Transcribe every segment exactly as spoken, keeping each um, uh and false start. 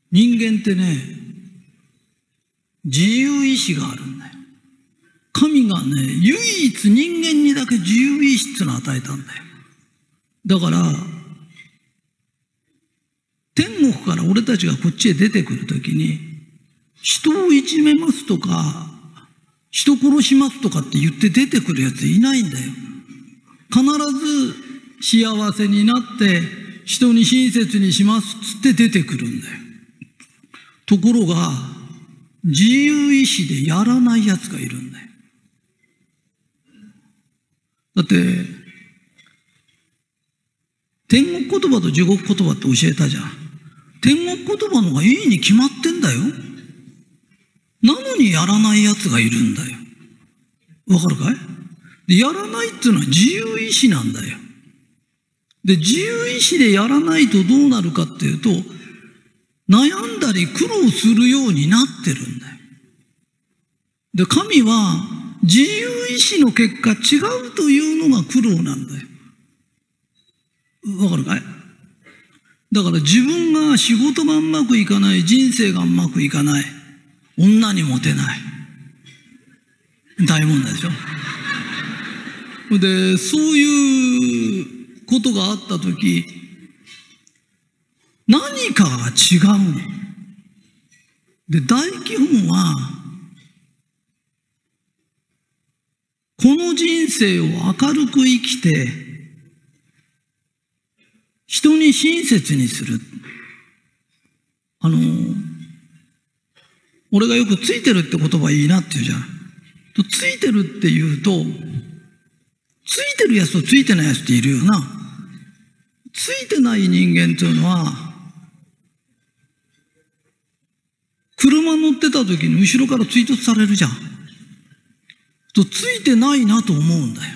人間ってね、自由意志があるんだよ。神がね、唯一人間にだけ自由意志ってのを与えたんだよ。だから、天国から俺たちがこっちへ出てくるときに、人をいじめますとか、人殺しますとかって言って出てくるやついないんだよ。必ず幸せになって人に親切にしますっつって出てくるんだよ。ところが、自由意志でやらないやつがいるんだよ。だって、天国言葉と地獄言葉って教えたじゃん。天国言葉の方がいいに決まってんだよ。なのにやらないやつがいるんだよ。わかるかい？で、やらないっていうのは自由意志なんだよ。で、自由意志でやらないとどうなるかっていうと、悩んだり苦労するようになってるんだよ。で、神は自由意志の結果違うというのが苦労なんだよ。わかるかい？だから自分が仕事がうまくいかない、人生がうまくいかない、女にモテない。大問題でしょ。で、そういうことがあったとき、何かが違うの。で、大基本は、この人生を明るく生きて、人に親切にする。あの、俺がよくついてるって言葉いいなって言うじゃん。ついてるって言うと、ついてるやつとついてないやつっているよな。ついてない人間っていうのは、車乗ってた時に後ろから追突されるじゃん。とついてないなと思うんだよ。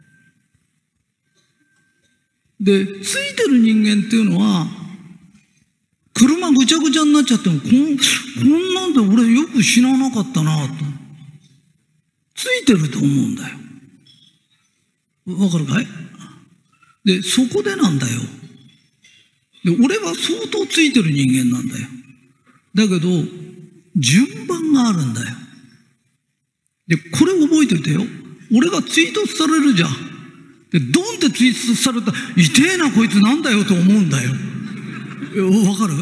で、ついてる人間っていうのは、車ぐちゃぐちゃになっちゃっても、こん、こんなんで俺よく死ななかったなと。ついてると思うんだよ。わかるかい？で、そこでなんだよ。で、俺は相当ついてる人間なんだよ。だけど、順番があるんだよ。で、これ覚えておいてよ。俺が追突されるじゃん。で、ドンって追突されたら、痛えなこいつなんだよと思うんだよ。わかる？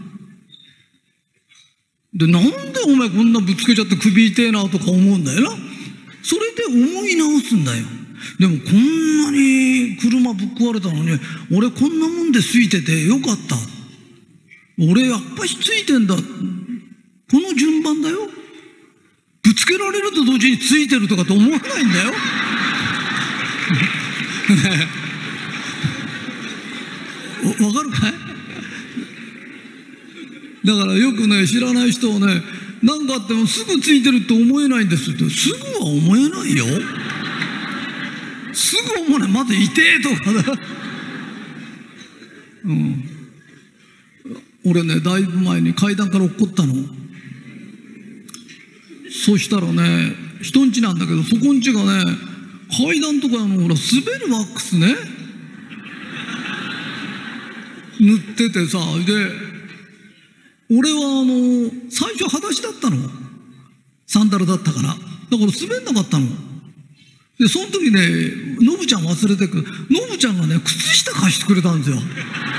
で、なんでお前こんなぶつけちゃって首痛えなとか思うんだよな。それで思い直すんだよ。でもこんなに車ぶっ壊れたのに、俺こんなもんでついててよかった。俺やっぱりついてんだ。この順番だよ。ぶつけられると同時についてるとかと思わないんだよ。わかるかい？だからよくね、知らない人はね、何かあってもすぐついてるって思えないんですって。すぐは思えないよ。すぐ思わない。まず痛えとかだ。うん。俺ね、だいぶ前に階段から落っこったの。そしたらね、人ん家なんだけど、そこん家がね、階段とかのほら、滑るワックスね、塗っててさ、で、俺はあの、最初裸足だったの。サンダルだったから。だから滑んなかったの。で、その時ね、ノブちゃん忘れてく。ノブちゃんがね、靴下貸してくれたんですよ。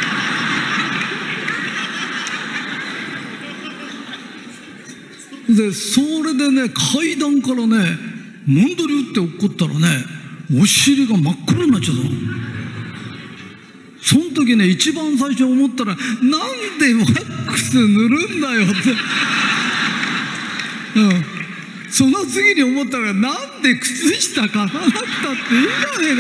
で、それでね、階段からね、もんどり打って落っこったらね、お尻が真っ黒になっちゃったの。その時ね、一番最初思ったら、なんでワックス塗るんだよって。うん。その次に思ったら、なんで靴下貸さなくたっていいじゃね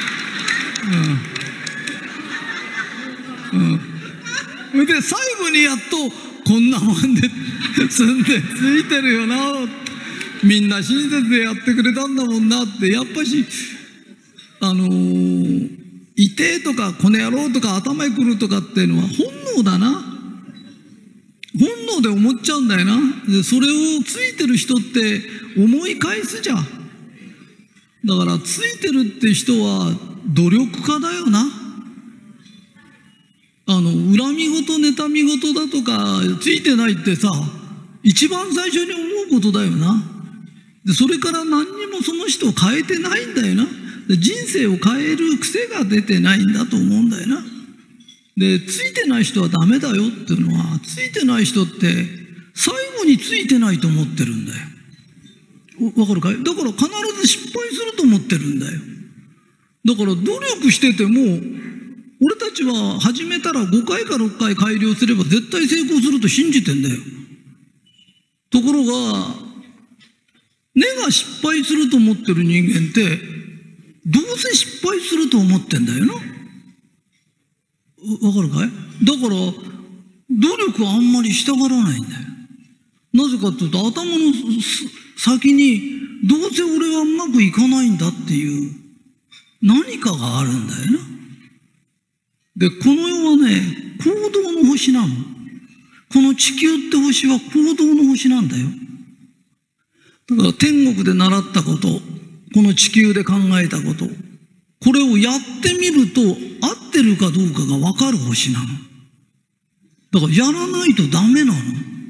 えか。うん。うん。で、最後にやっと、こんなもんで住んでついてるよな。みんな親切でやってくれたんだもんなって、やっぱし、あのー、痛えとか、この野郎とか、頭にくるとかっていうのは本能だな。本能で思っちゃうんだよな。で、それをついてる人って思い返すじゃん。だから、ついてるって人は努力家だよな。 あの、恨み事、妬み事だとかついてないってさ、一番最初に思うことだよな。で、それから何にもその人を変えてないんだよな。で、人生を変える癖が出てないんだと思うんだよな。で、ついてない人はダメだよっていうのは、ついてない人って最後についてないと思ってるんだよ。わかるかい？だから必ず失敗すると思ってるんだよ。だから努力してても、俺たちは始めたらごかいかろっかい改良すれば絶対成功すると信じてんだよ。ところが、根が失敗すると思ってる人間って、どうせ失敗すると思ってんだよな。わかるかい？だから、努力はあんまりしたがらないんだよ。なぜかというと、頭の先に、どうせ俺はうまくいかないんだっていう何かがあるんだよな。で、この世はね、行動の星なの。この地球って星は行動の星なんだよ。だから天国で習ったこと、この地球で考えたこと、これをやってみると合ってるかどうかが分かる星なの。だからやらないとダメなの。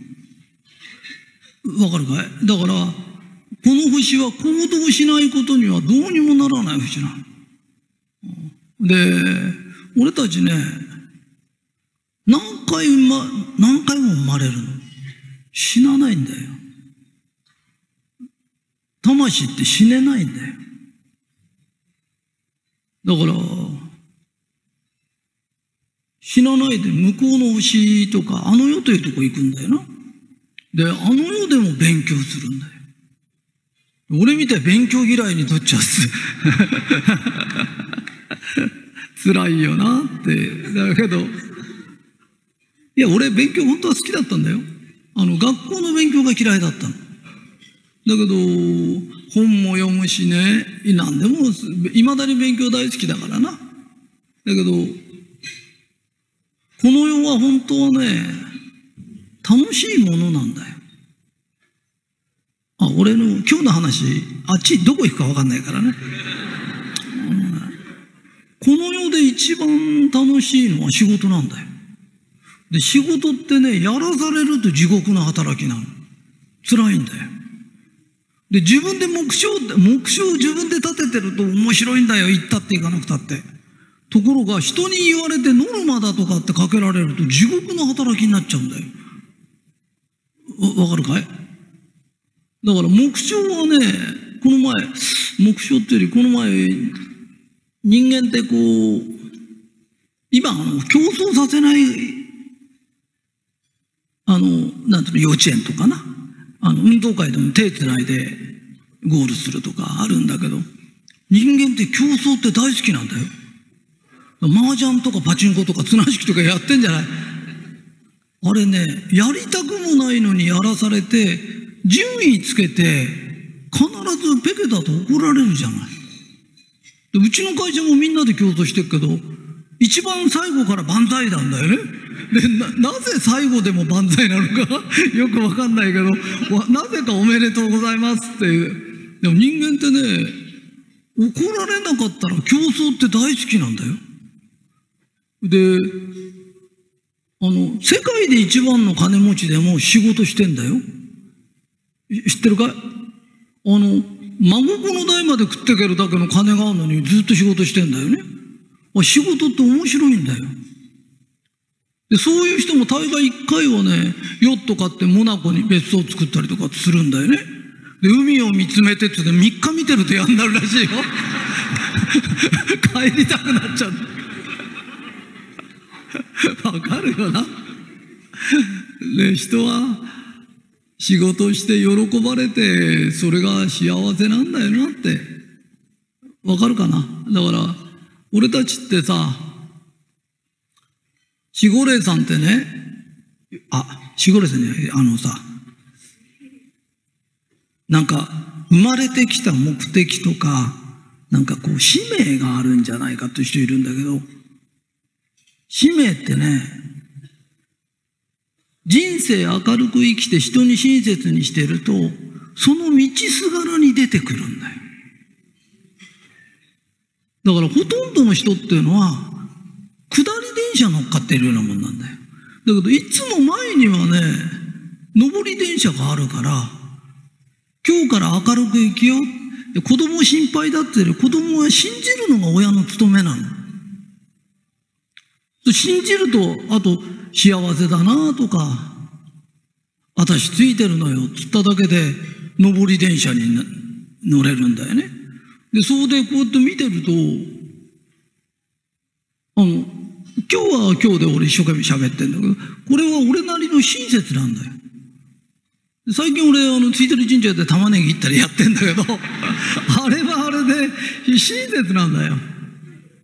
わかるかい？だから、この星は行動しないことにはどうにもならない星なの。で、俺たちね、何回ま、何回も生まれるの。死なないんだよ。魂って死ねないんだよ。だから、死なないで向こうの星とか、あの世というとこ行くんだよな。で、あの世でも勉強するんだよ。俺みたい勉強嫌いにとっちゃす。辛いよなって。だけど、いや、俺勉強本当は好きだったんだよ。あの、学校の勉強が嫌いだったの。だけど、本も読むしね、何でも、いまだに勉強大好きだからな。だけど、この世は本当はね、楽しいものなんだよ。あ、俺の今日の話、あっちどこ行くか分かんないからね。この世で一番楽しいのは仕事なんだよ。で、仕事ってね、やらされると地獄の働きなの。辛いんだよ。で、自分で目標、目標を自分で立ててると面白いんだよ。行ったって行かなくたって。ところが、人に言われてノルマだとかってかけられると地獄の働きになっちゃうんだよ。わ、わかるかい？だから目標はね、この前、目標っていうより、この前、人間ってこう、今、あの、競争させない、あの、なんていうの、幼稚園とかな。あの、運動会でも手つないでゴールするとかあるんだけど、人間って競争って大好きなんだよ。麻雀とかパチンコとか綱引きとかやってんじゃない？あれね、やりたくもないのにやらされて、順位つけて、必ずペケだと怒られるじゃない。で、うちの会社もみんなで競争してるけど、一番最後から万歳なんだよね。で、な、なぜ最後でも万歳なのかよくわかんないけど、なぜかおめでとうございますっていう。でも人間ってね、怒られなかったら競争って大好きなんだよ。で、あの、世界で一番の金持ちでも仕事してんだよ。知ってるかい？あの、孫子の代まで食っていけるだけの金があるのにずっと仕事してんだよね。仕事って面白いんだよ。で、そういう人も大概一回はね、ヨット買ってモナコに別荘作ったりとかするんだよね。で、海を見つめてって言ってみっか見てるとやんなるらしいよ。帰りたくなっちゃう。わかるよな。ね、人は仕事して喜ばれて、それが幸せなんだよなって。わかるかな？だから、俺たちってさ、守護霊さんってね、あ、守護霊さんね、あのさ、なんか、生まれてきた目的とか、なんかこう、使命があるんじゃないかっていう人いるんだけど、使命ってね、人生明るく生きて人に親切にしてると、その道すがらに出てくるんだよ。だからほとんどの人っていうのは、下り車乗っかってるようなもんなんだよ。だけど、いつも前にはね、上り電車があるから、今日から明るく生きよう。子供心配だって言う子供は信じるのが親の務めなの。信じると、あと、幸せだなとか、私ついてるのよ、つっただけで、上り電車に乗れるんだよね。で、そうでこうやって見てると、あの、今日は今日で俺一生懸命喋ってんだけど、これは俺なりの親切なんだよ。最近俺、あの、ついてる神社で玉ねぎ行ったりやってんだけど、あれはあれで親切なんだよ。